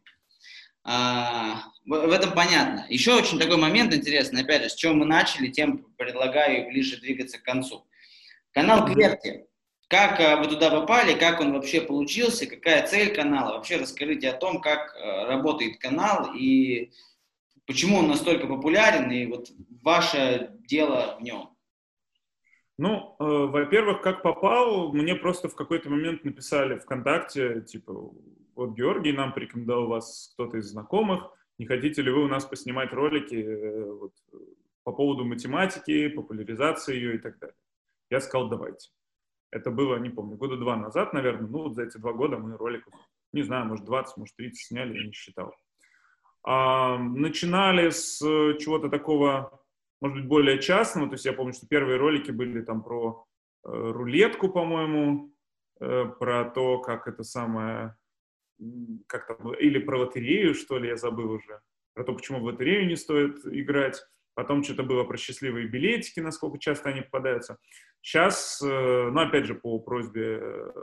В этом понятно. Еще очень такой момент интересный, опять же, с чего мы начали, тем предлагаю ближе двигаться к концу. Канал Кверти. Как вы туда попали, как он вообще получился, какая цель канала? Вообще расскажите о том, как работает канал и почему он настолько популярен, и вот ваше дело в нем. Ну, во-первых, как попал, мне просто в какой-то момент написали ВКонтакте, типа, вот Георгий нам порекомендовал вас кто-то из знакомых, не хотите ли вы у нас поснимать ролики вот, по поводу математики, популяризации ее и так далее. Я сказал, давайте. Это было, не помню, 2 года назад, наверное, ну вот за эти 2 года мы роликов, не знаю, может 20, может 30 сняли, я не считал. Начинали с чего-то такого, может быть, более частного, то есть я помню, что первые ролики были там про рулетку, по-моему, про то, как это самое, как там, или про лотерею, что ли, я забыл уже, про то, почему в лотерею не стоит играть. Потом что-то было про счастливые билетики, насколько часто они попадаются. Сейчас, ну, опять же, по просьбе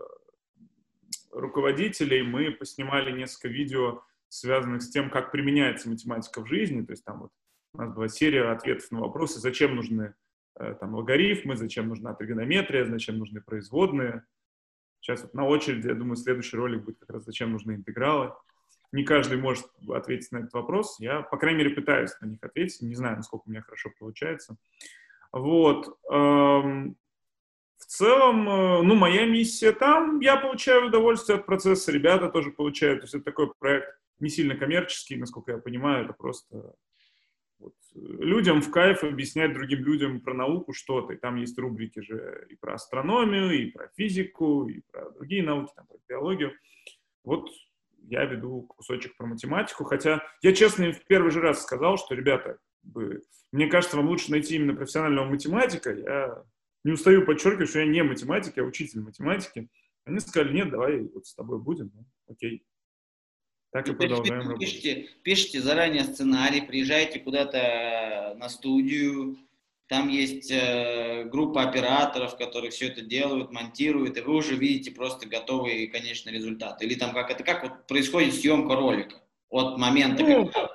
руководителей мы поснимали несколько видео, связанных с тем, как применяется математика в жизни. То есть там вот у нас была серия ответов на вопросы, зачем нужны там логарифмы, зачем нужна тригонометрия, зачем нужны производные. Сейчас вот на очереди, я думаю, следующий ролик будет как раз «Зачем нужны интегралы». Не каждый может ответить на этот вопрос. Я, по крайней мере, пытаюсь на них ответить. Не знаю, насколько у меня хорошо получается. Вот. В целом, ну, моя миссия там. Я получаю удовольствие от процесса, ребята тоже получают. То есть это такой проект не сильно коммерческий, насколько я понимаю. Это просто вот, людям в кайф объяснять другим людям про науку что-то. И там есть рубрики же и про астрономию, и про физику, и про другие науки, там, про биологию. Вот я веду кусочек про математику, хотя я, честно, в первый же раз сказал, что, ребята, мне кажется, вам лучше найти именно профессионального математика. Я не устаю подчеркивать, что я не математик, я учитель математики. Они сказали, нет, давай вот с тобой будем. Ну, окей. Так и продолжаем работать. Пишите заранее сценарий, приезжайте куда-то на студию. Там есть группа операторов, которые все это делают, монтируют, и вы уже видите просто готовый конечный результат. Или там как вот происходит съемка ролика от момента, когда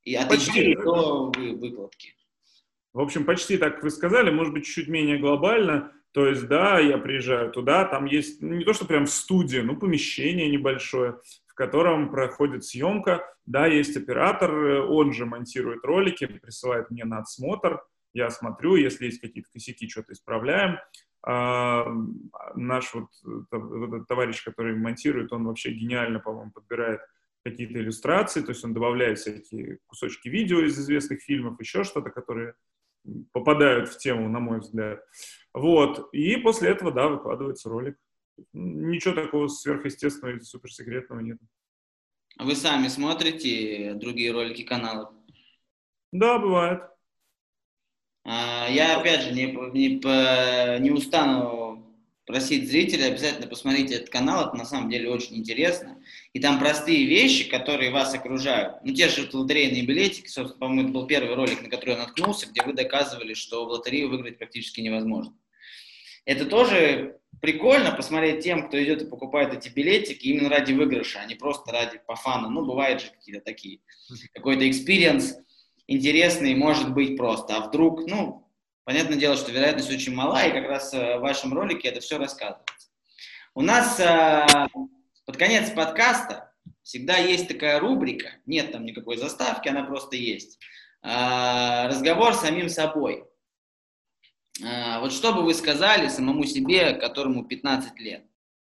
И от Почти, идеи да. до выкладки. В общем, почти так, как вы сказали, может быть, чуть менее глобально. То есть, да, я приезжаю туда, там есть, ну, не то, что прям студия, но помещение небольшое, в котором проходит съемка. Да, есть оператор, он же монтирует ролики, присылает мне на отсмотр. Я смотрю, если есть какие-то косяки, что-то исправляем. А, наш вот этот товарищ, который монтирует, он вообще гениально, по-моему, подбирает какие-то иллюстрации, то есть он добавляет всякие кусочки видео из известных фильмов, еще что-то, которые попадают в тему, на мой взгляд. Вот. И после этого, да, выкладывается ролик. Ничего такого сверхъестественного или суперсекретного нет. Вы сами смотрите другие ролики каналов? Да, бывает. Я, опять же, не устану просить зрителей, обязательно посмотрите этот канал, это на самом деле очень интересно. И там простые вещи, которые вас окружают. Ну, те же лотерейные билетики, собственно, по-моему, это был первый ролик, на который я наткнулся, где вы доказывали, что в лотерею выиграть практически невозможно. Это тоже прикольно посмотреть тем, кто идет и покупает эти билетики именно ради выигрыша, а не просто ради по фану. Ну, бывают же какие-то такие, какой-то экспириенс интересный может быть просто. А вдруг, ну, понятное дело, что вероятность очень мала, и как раз в вашем ролике это все рассказывается. У нас под конец подкаста всегда есть такая рубрика, нет там никакой заставки, она просто есть. Разговор с самим собой. Вот что бы вы сказали самому себе, которому 15 лет?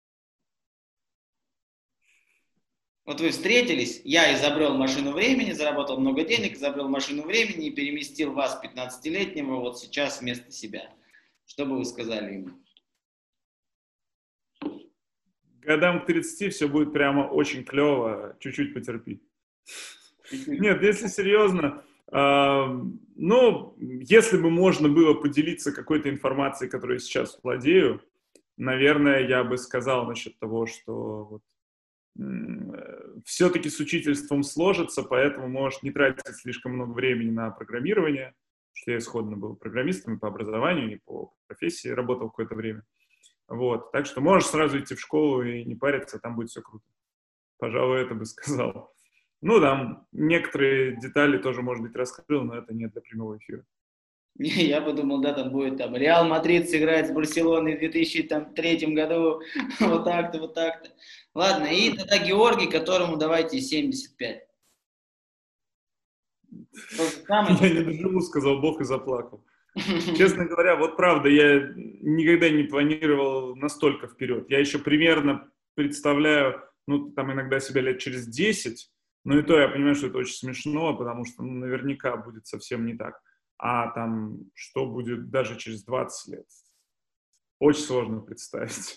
Вот вы встретились, я изобрел машину времени, заработал много денег, изобрел машину времени и переместил вас, 15-летнего, вот сейчас вместо себя. Что бы вы сказали ему? Годам к 30 все будет прямо очень клево, чуть-чуть потерпи. Нет, если серьезно, ну, если бы можно было поделиться какой-то информацией, которой я сейчас владею, наверное, я бы сказал насчет того, что вот, все-таки с учительством сложится, поэтому можешь не тратить слишком много времени на программирование, потому что я исходно был программистом и по образованию, и по профессии работал какое-то время. Вот. Так что можешь сразу идти в школу и не париться, там будет все круто. Пожалуй, это бы сказал. Ну, там некоторые детали тоже, может быть, раскрыл, но это не для прямого эфира. Я подумал, да, там будет там Реал Мадрид сыграет с Барселоной в 2003 году, вот так-то, вот так-то. Ладно, и тогда Георгий, которому давайте 75. Я не доживу, сказал Бог и заплакал. Честно говоря, вот правда, я никогда не планировал настолько вперед. Я еще примерно представляю, ну, там иногда себя лет через 10, но и то я понимаю, что это очень смешно, потому что, ну, наверняка будет совсем не так. А там, что будет даже через 20 лет? Очень сложно представить.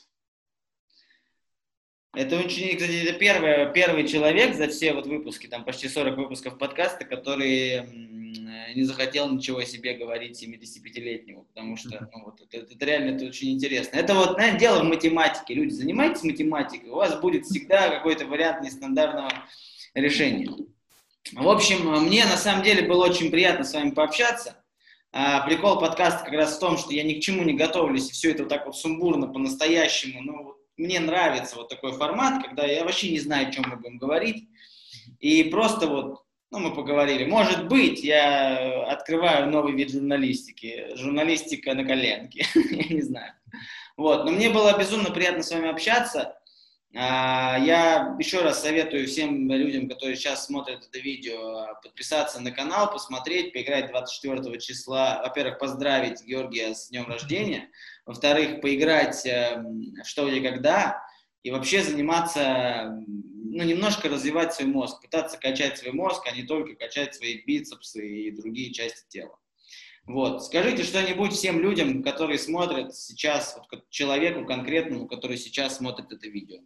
Это очень, кстати, это первый человек за все вот выпуски, там почти 40 выпусков подкаста, который не захотел ничего о себе говорить 75-летнему, потому что ну, вот это реально это очень интересно. Это вот, знаете, дело в математике. Люди, занимайтесь математикой, у вас будет всегда какой-то вариант нестандартного решения. В общем, мне на самом деле было очень приятно с вами пообщаться. Прикол подкаста как раз в том, что я ни к чему не готовлюсь, и все это вот так вот сумбурно, по-настоящему. Ну, мне нравится вот такой формат, когда я вообще не знаю, о чем мы будем говорить. И просто вот, ну, мы поговорили. Может быть, я открываю новый вид журналистики. Журналистика на коленке. Я не знаю. Вот. Но мне было безумно приятно с вами общаться. Я еще раз советую всем людям, которые сейчас смотрят это видео, подписаться на канал, посмотреть, поиграть 24 числа. Во-первых, поздравить Георгия с днем рождения. Во-вторых, поиграть в «Что, где, когда». И вообще заниматься, ну, немножко развивать свой мозг, пытаться качать свой мозг, а не только качать свои бицепсы и другие части тела. Вот. Скажите что-нибудь всем людям, которые смотрят сейчас, вот человеку конкретному, который сейчас смотрит это видео.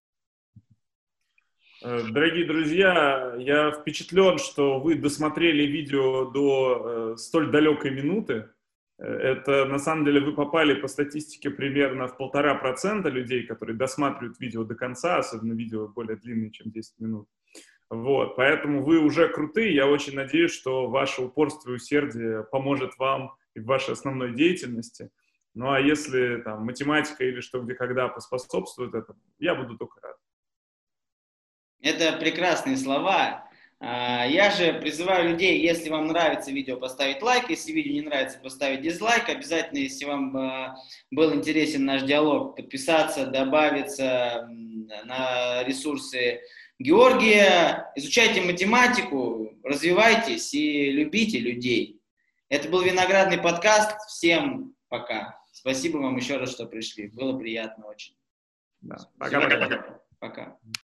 Дорогие друзья, я впечатлен, что вы досмотрели видео до столь далекой минуты. Это, на самом деле, вы попали по статистике примерно в 1,5% людей, которые досматривают видео до конца, особенно видео более длинные, чем 10 минут. Вот, поэтому вы уже крутые. Я очень надеюсь, что ваше упорство и усердие поможет вам и в вашей основной деятельности. Ну, а если там математика или что, где, когда поспособствует этому, я буду только рад. Это прекрасные слова. Я же призываю людей, если вам нравится видео, поставить лайк, если видео не нравится, поставить дизлайк. Обязательно, если вам был интересен наш диалог, подписаться, добавиться на ресурсы Георгия. Изучайте математику, развивайтесь и любите людей. Это был Виноградный подкаст. Всем пока. Спасибо вам еще раз, что пришли. Было приятно очень. Да. Пока-пока. Пока.